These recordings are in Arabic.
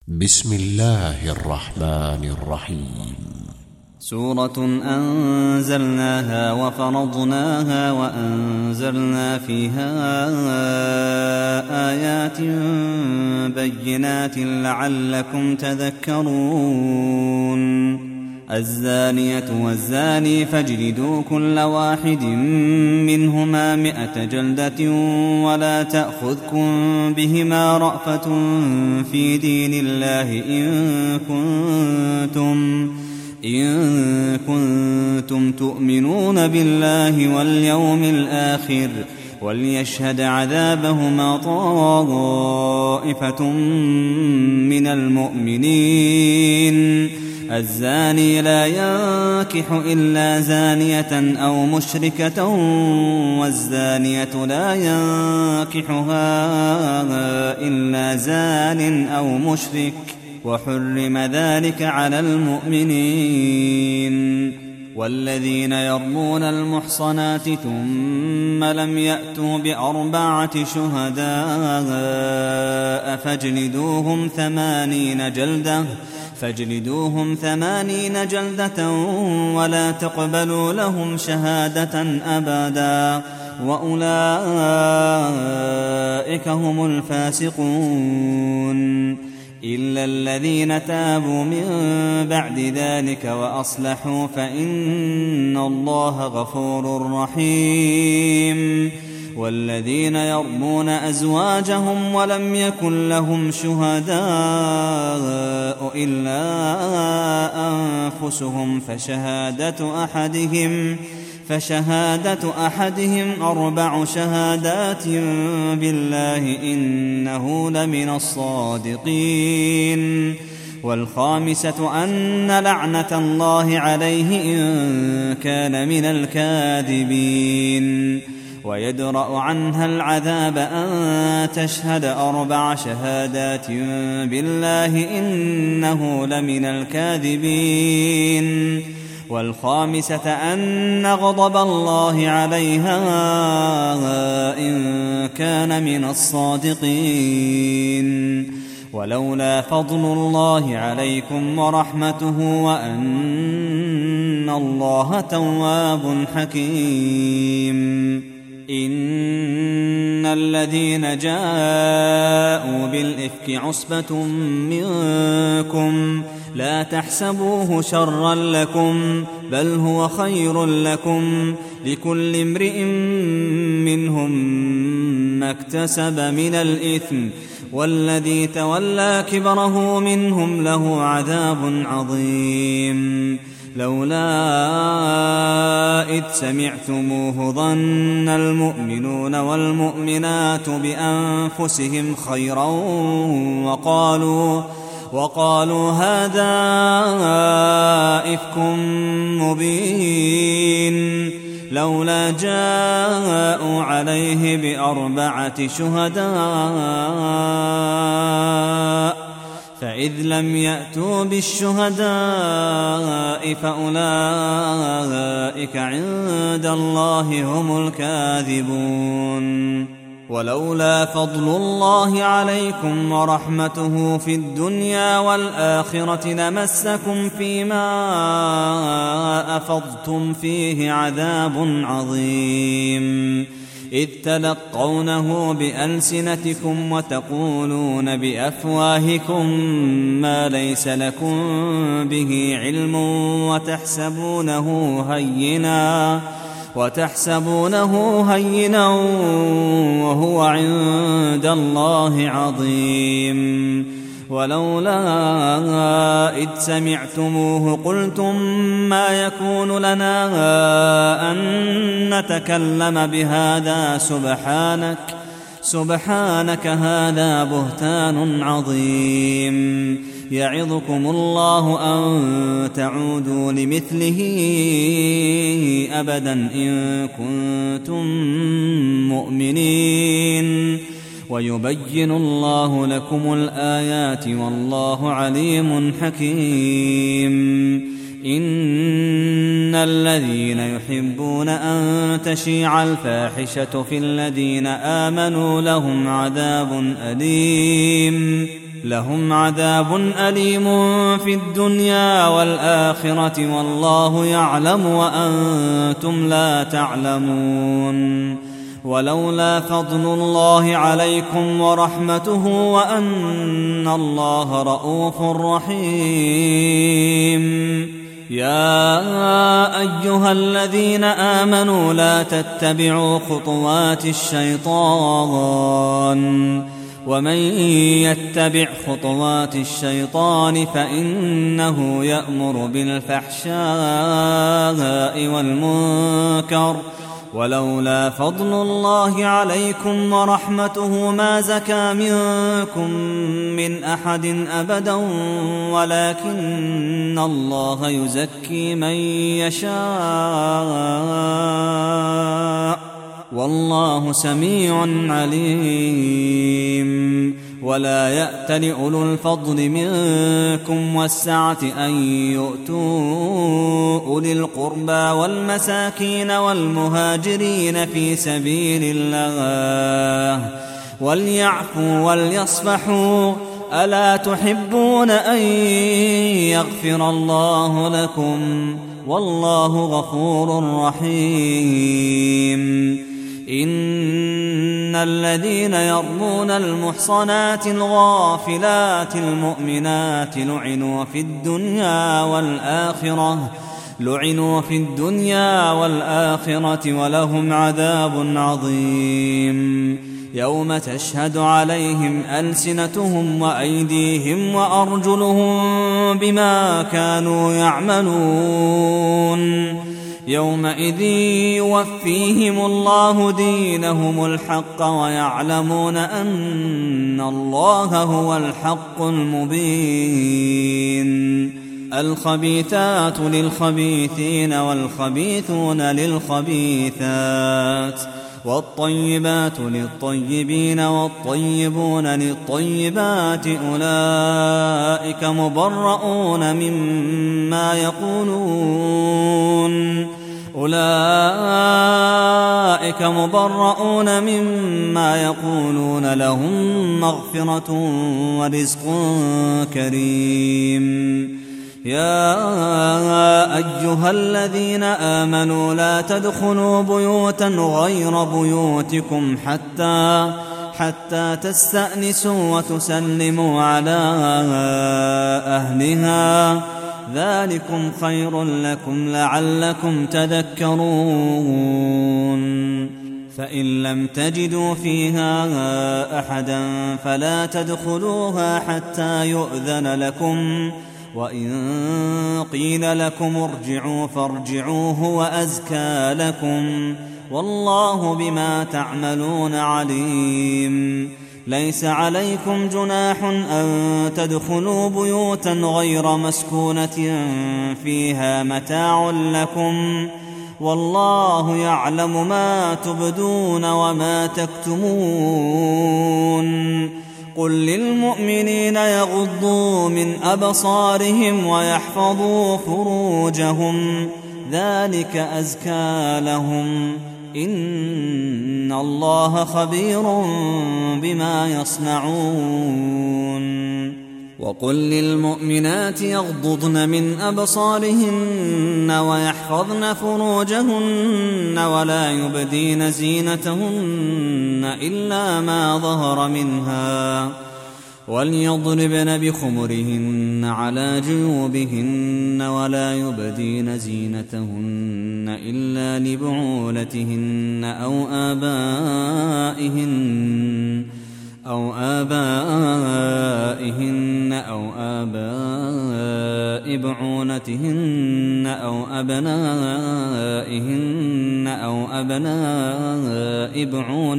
بسم الله الرحمن الرحيم. سورة أنزلناها وفرضناها وأنزلنا فيها آيات بينات لعلكم تذكرون. الزانية والزاني فاجلدوا كل واحد منهما 100 جلدة ولا تأخذكم بهما رأفة في دين الله إن كنتم تؤمنون بالله واليوم الآخر. وليشهد عذابهما طائفة من المؤمنين. الزاني لا ينكح إلا زانية أو مشركة والزانية لا ينكحها إلا زان أو مشرك وحرم ذلك على المؤمنين. والذين يرمون المحصنات ثم لم يأتوا ب4 شهداء فاجلدوهم 80 جلدة ولا تقبلوا لهم شهادة أبدا وأولئك هم الفاسقون. إلا الذين تابوا من بعد ذلك وأصلحوا فإن الله غفور رحيم. والذين يرمون أزواجهم ولم يكن لهم شهداء إلا أنفسهم فشهادة أحدهم 4 شهادات بالله إنه لمن الصادقين. والخامسة أن لعنة الله عليه إن كان من الكاذبين. ويدرأ عنها العذاب أن تشهد 4 شهادات بالله إنه لمن الكاذبين. والخامسة أن غضب الله عليها إن كان من الصادقين. ولولا فضل الله عليكم ورحمته وأن الله تواب حكيم. إن الذين جاءوا بالإفك عصبة منكم لا تحسبوه شرا لكم بل هو خير لكم. لكل امرئ منهم ما اكتسب من الإثم والذي تولى كبره منهم له عذاب عظيم. لولا إذ سمعتموه ظن المؤمنون والمؤمنات بأنفسهم خيرا وقالوا هذا إفك مبين. لولا جاءوا عليه ب4 شهداء فإذ لم يأتوا بالشهداء فأولئك عند الله هم الكاذبون. ولولا فضل الله عليكم ورحمته في الدنيا والآخرة لمسكم فيما أفضتم فيه عذاب عظيم. إذ تلقونه بألسنتكم وتقولون بأفواهكم ما ليس لكم به علم وتحسبونه هينا وهو عند الله عظيم. ولولا إذ سمعتموه قلتم ما يكون لنا أن نتكلم بهذا سبحانك هذا بهتان عظيم. يعظكم الله أن تعودوا لمثله أبدا إن كنتم مؤمنين. ويبين الله لكم الآيات والله عليم حكيم. إن الذين يحبون أن تشيع الفاحشة في الذين آمنوا لهم عذاب أليم لهم عذاب أليم في الدنيا والآخرة والله يعلم وأنتم لا تعلمون. ولولا فضل الله عليكم ورحمته وأن الله رءوف رحيم. يا أيها الذين آمنوا لا تتبعوا خطوات الشيطان ومن يتبع خطوات الشيطان فإنه يأمر بالفحشاء والمنكر ولولا فضل الله عليكم ورحمته ما زكى منكم من أحد أبدا ولكن الله يزكي من يشاء والله سميع عليم. ولا يأتل أولو الفضل منكم والسعة أن يؤتوا أولي القربى والمساكين والمهاجرين في سبيل الله وليعفوا وليصفحوا ألا تحبون أن يغفر الله لكم والله غفور رحيم. إن الذين يرمون المحصنات الغافلات المؤمنات لعنوا في الدنيا والآخرة ولهم عذاب عظيم. يوم تشهد عليهم ألسنتهم وأيديهم وأرجلهم بما كانوا يعملون يومئذ يوفيهم الله دينهم الحق ويعلمون أن الله هو الحق المبين. الخبيثات للخبيثين والخبيثون للخبيثات والطيبات للطيبين والطيبون للطيبات أولئك مبرؤون مما يقولون لهم مغفرة ورزق كريم. يا أيها الذين آمنوا لا تدخلوا بيوتا غير بيوتكم حتى تستأنسوا وتسلموا على أهلها ذلكم خير لكم لعلكم تذكرون. فإن لم تجدوا فيها أحدا فلا تدخلوها حتى يؤذن لكم وإن قيل لكم ارجعوا فارجعوا هو أزكى لكم والله بما تعملون عليم. ليس عليكم جناح أن تدخلوا بيوتا غير مسكونة فيها متاع لكم والله يعلم ما تبدون وما تكتمون. قل للمؤمنين يغضوا من أبصارهم ويحفظوا فروجهم ذلك أزكى لهم إن الله خبير بما يصنعون. وقل للمؤمنات يغضضن من أبصارهن ويحفظن فروجهن ولا يبدين زينتهن إلا ما ظهر منها وليضربن بخمرهن على جيوبهن ولا يبدين زينتهن إلا لبعولتهن أو آبائهن أو آباء بعولتهن أو أبنائهن أو أبناء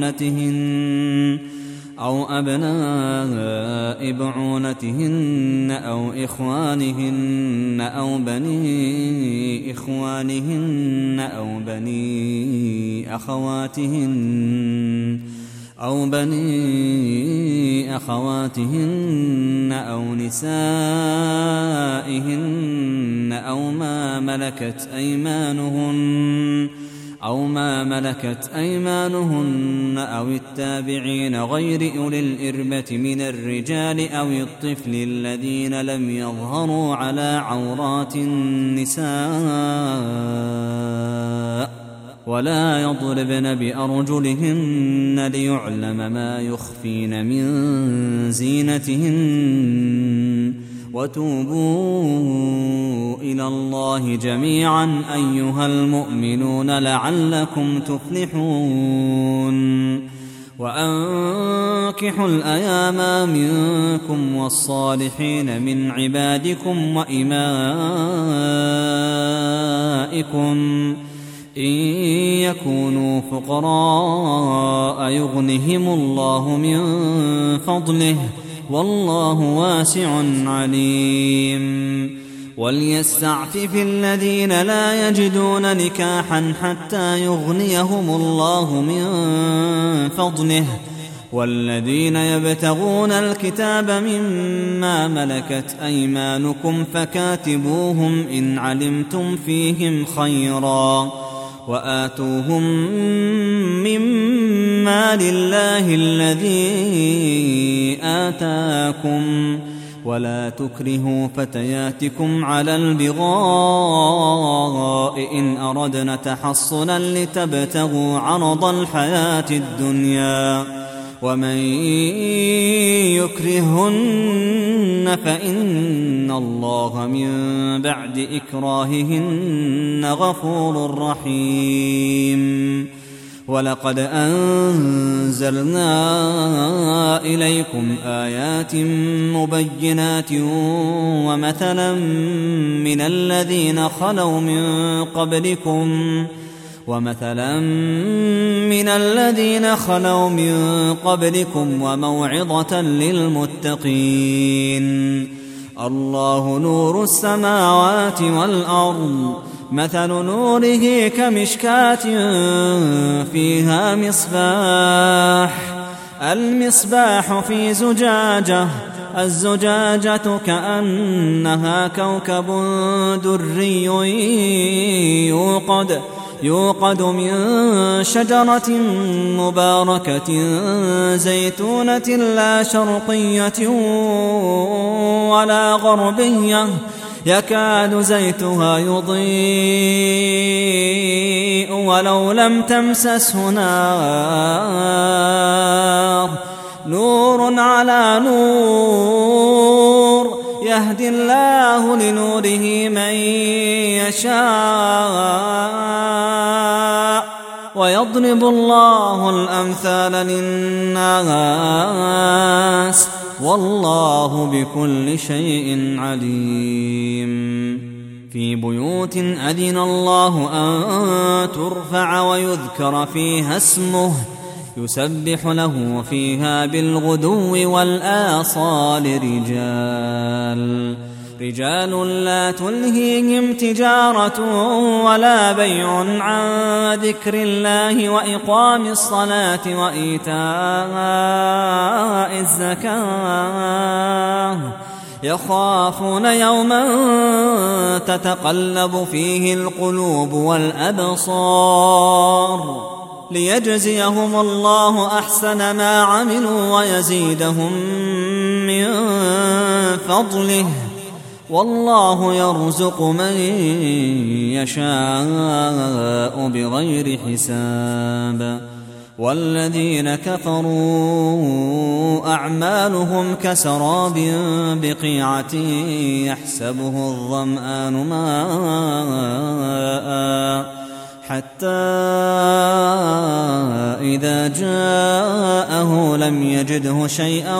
بعولتهن أو إخوانهن أو بني إخوانهن أو بني أخواتهن أو نسائهن أو ما ملكت أيمانهن أو ما ملكت أيمانهن أو التابعين غير أولي الإربة من الرجال أو الطفل الذين لم يظهروا على عورات النساء ولا يضربن بأرجلهن ليعلم ما يخفين من زينتهن وتوبوا إلى الله جميعا أيها المؤمنون لعلكم تفلحون وأنكحوا الأيام منكم والصالحين من عبادكم وإمائكم إن يكونوا فقراء يغنهم الله من فضله والله واسع عليم وليستعفف الذين لا يجدون نكاحا حتى يغنيهم الله من فضله والذين يبتغون الكتاب مما ملكت أيمانكم فكاتبوهم إن علمتم فيهم خيرا وآتوهم مما لله الذي آتاكم ولا تكرهوا فتياتكم على البغاء إن أردنا تحصنا لتبتغوا عرض الحياة الدنيا ومن يكرهن فإن الله من بعد إكراههن غفور رحيم ولقد أنزلنا إليكم آيات مبينات ومثلا من الذين خلوا من قبلكم وموعظة للمتقين الله نور السماوات والأرض مثل نوره كمشكاة فيها المصباح في زجاجة الزجاجة كأنها كوكب دري يوقد من شجرة مباركة زيتونة لا شرقية ولا غربية يكاد زيتها يضيء ولو لم تمسسه نار نور على نور يهدي الله لنوره من يشاء ويضرب الله الأمثال للناس والله بكل شيء عليم في بيوت أذن الله أن ترفع ويذكر فيها اسمه يسبح له فيها بالغدو والآصال رجال لا تلهيهم تجارة ولا بيع عن ذكر الله وإقام الصلاة وإيتاء الزكاة يخافون يوما تتقلب فيه القلوب والأبصار ليجزيهم الله أحسن ما عملوا ويزيدهم من فضله والله يرزق من يشاء بغير حساب والذين كفروا أعمالهم كسراب بقيعة يحسبه الظمآن ماء حتى إذا جاءه لم يجده شيئا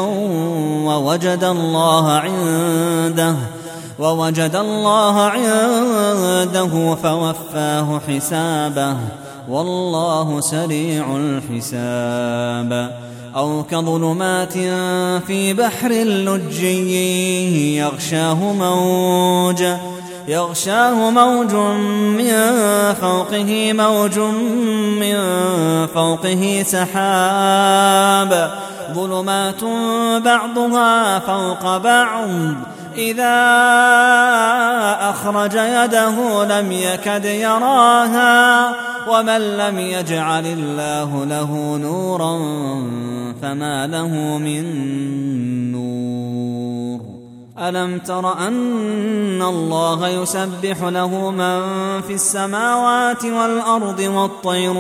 ووجد الله عنده فوفاه حسابه والله سريع الحساب أو كظلمات في بحر لجي يغشاه موج من فوقه موج من فوقه سحاب ظلمات بعضها فوق بعض إذا أخرج يده لم يكد يراها ومن لم يجعل الله له نورا فما له من نور ألم تر أن الله يسبح له من في السماوات والأرض والطير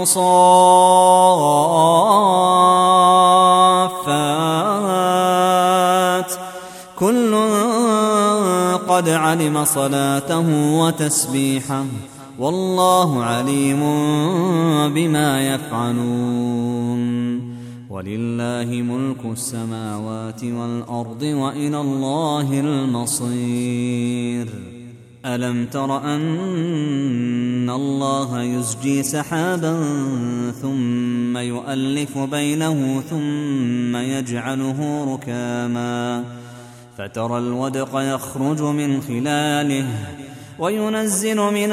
صافات كل قد علم صلاته وتسبيحه والله عليم بما يفعلون ولله ملك السماوات والأرض وإلى الله المصير ألم تر أن الله يزجي سحابا ثم يؤلف بينه ثم يجعله ركاما فترى الودق يخرج من خلاله وينزل من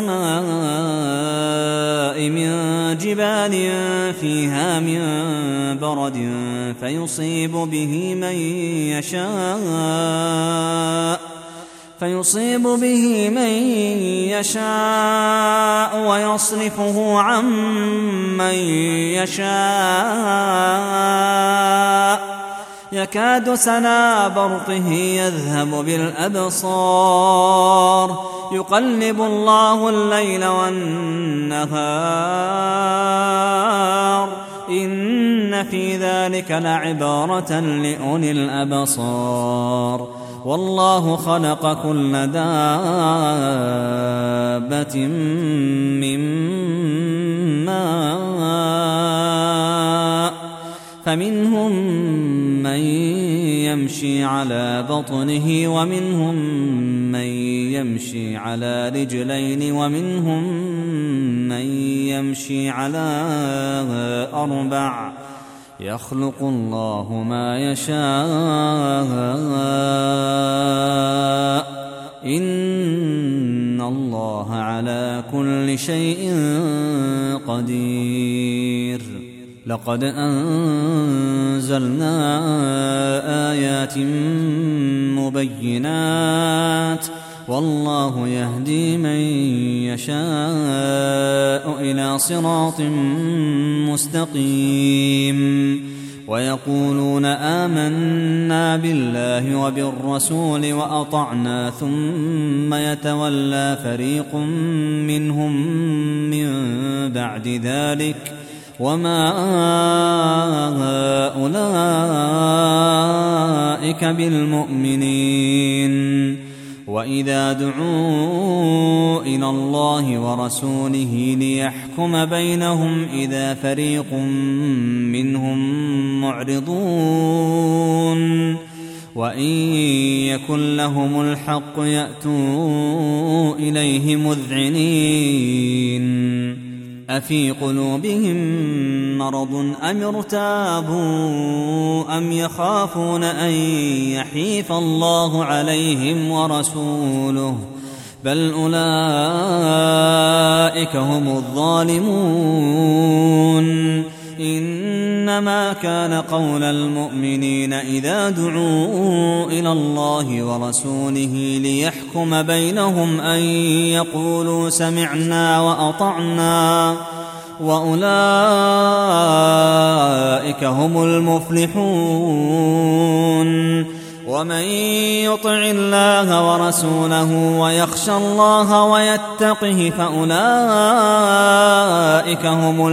السماء من جبال فيها من برد فيصيب به من يشاء ويصرفه عن من يشاء يكاد سنا برقه يذهب بالأبصار يقلب الله الليل والنهار إن في ذلك لعبارة لأولي الأبصار والله خلق كل دابة من ماء فمنهم من يمشي على بطنه ومنهم من يمشي على رجلين ومنهم من يمشي على أربع يخلق الله ما يشاء إن الله على كل شيء قدير لقد أنزلنا آيات مبينات والله يهدي من يشاء إلى صراط مستقيم ويقولون آمنا بالله وبالرسول وأطعنا ثم يتولى فريق منهم من بعد ذلك وما أولئك بالمؤمنين وإذا دعوا إلى الله ورسوله ليحكم بينهم إذا فريق منهم معرضون وإن يكن لهم الحق يأتوا إليه مذعنين أفي قلوبهم مرض أم ارتابوا أم يخافون أن يحيف الله عليهم ورسوله بل أولئك هم الظالمون إنما كان قول المؤمنين إذا دعوا إلى الله ورسوله ليحكم بينهم أن يقولوا سمعنا وأطعنا وأولئك هم المفلحون ومن يطع الله ورسوله ويخشى الله ويتقه فأولئك هم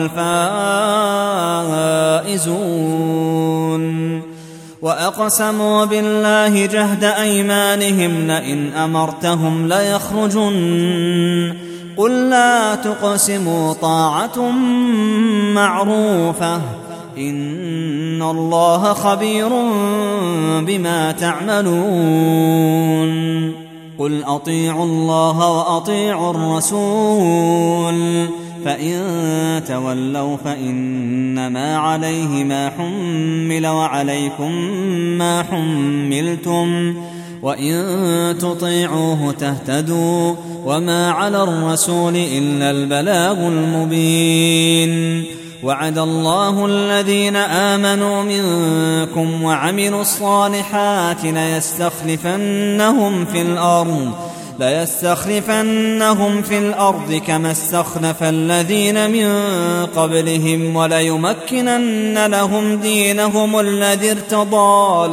الفائزون وأقسموا بالله جهد أيمانهم لئن أمرتهم ليخرجن قل لا تقسموا طاعة معروفة إن الله خبير بما تعملون قل أطيعوا الله وأطيعوا الرسول فإن تولوا فإنما عليه ما حمل وعليكم ما حملتم وإن تطيعوه تهتدوا وما على الرسول إلا البلاغ المبين وعد الله الذين آمنوا منكم وعملوا الصالحات ليستخلفنهم في الأرض ليستخلفنهم في الأرض كما استخلف الذين من قبلهم وليمكنن لهم دينهم الذي ارتضى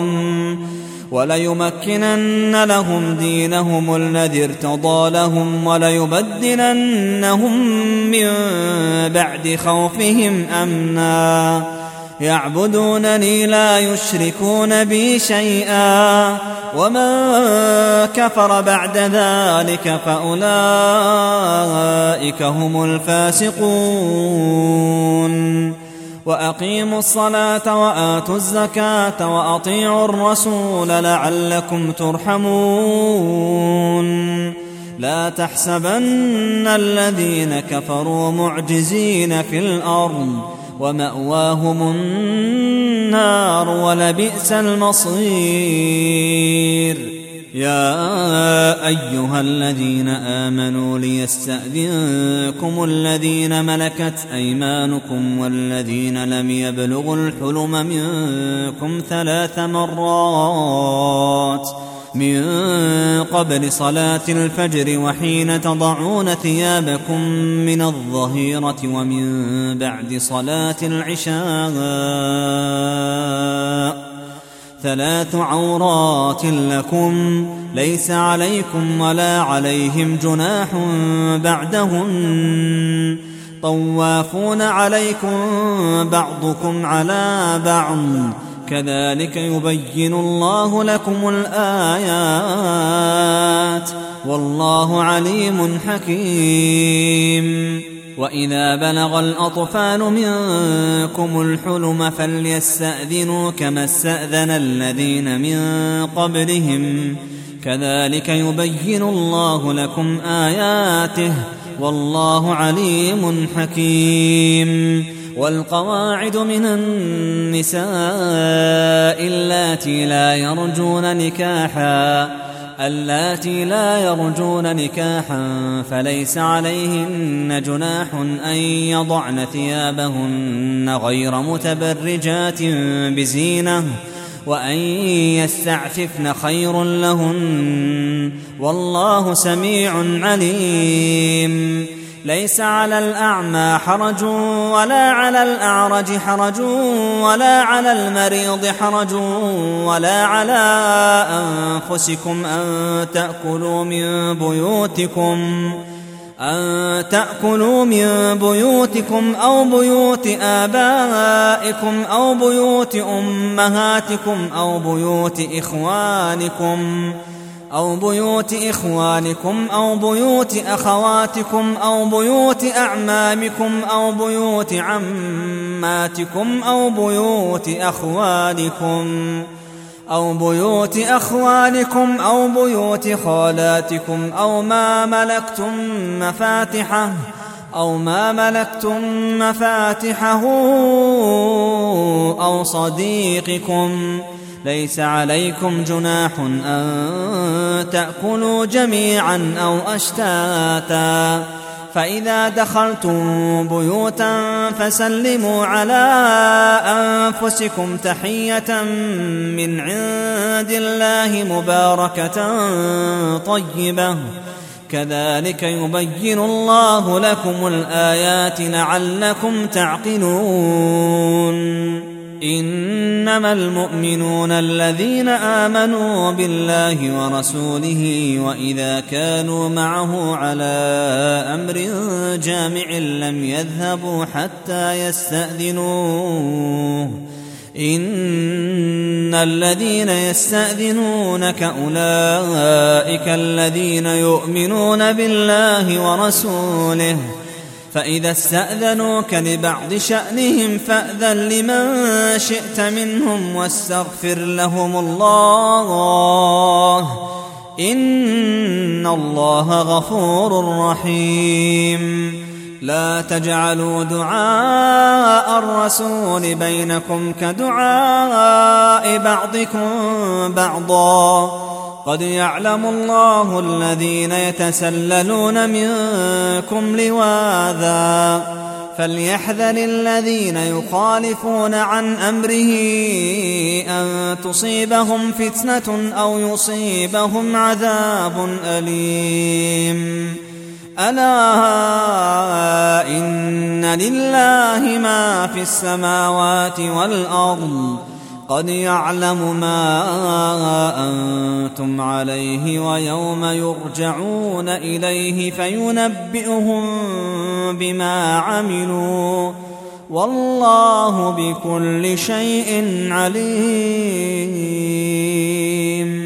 لهم وليبدلنهم من بعد خوفهم أمنا يعبدونني لا يشركون بي شيئا ومن كفر بعد ذلك فأولئك هم الفاسقون وأقيموا الصلاة وآتوا الزكاة وأطيعوا الرسول لعلكم ترحمون لا تحسبن الذين كفروا معجزين في الأرض ومأواهم النار ولبئس المصير يا أيها الذين آمنوا ليستأذنكم الذين ملكت أيمانكم والذين لم يبلغوا الحلم منكم 3 مرات من قبل صلاة الفجر وحين تضعون ثيابكم من الظهيرة ومن بعد صلاة العشاء 3 عورات لكم ليس عليكم ولا عليهم جناح بعدهن طوافون عليكم بعضكم على بعض كذلك يبين الله لكم الآيات والله عليم حكيم وإذا بلغ الأطفال منكم الحلم فليستأذنوا كما استأذن الذين من قبلهم كذلك يبين الله لكم آياته والله عليم حكيم والقواعد من النساء اللاتي لا يرجون نكاحا فليس عليهن جناح أن يضعن ثيابهن غير متبرجات بزينة وأن يستعففن خير لهن والله سميع عليم ليس على الأعمى حرج ولا على الأعرج حرج ولا على المريض حرج ولا على أنفسكم أن تأكلوا من بيوتكم أو بيوت آبائكم أو بيوت أمهاتكم أو بيوت إخوانكم أو بيوت أخواتكم أو بيوت أعمامكم أو بيوت عماتكم أو بيوت أخوالكم أو بيوت خالاتكم أو ما ملكتم مفاتحه أو صديقكم ليس عليكم جناح أن تأكلوا جميعا أو أشتاتا فإذا دخلتم بيوتا فسلموا على أنفسكم تحية من عند الله مباركة طيبة كذلك يبين الله لكم الآيات لعلكم تعقلون إنما المؤمنون الذين آمنوا بالله ورسوله وإذا كانوا معه على أمر جامع لم يذهبوا حتى يستأذنوه إن الذين يستأذنونك أولئك الذين يؤمنون بالله ورسوله فإذا استأذنوك لبعض شأنهم فأذن لمن شئت منهم واستغفر لهم الله إن الله غفور رحيم لا تجعلوا دعاء الرسول بينكم كدعاء بعضكم بعضا قد يعلم الله الذين يتسللون منكم لواذا فليحذر الذين يخالفون عن أمره أن تصيبهم فتنة أو يصيبهم عذاب أليم. ألا إن لله ما في السماوات والأرض قد يعلم ما أنتم عليه ويوم يرجعون إليه فينبئهم بما عملوا والله بكل شيء عليم.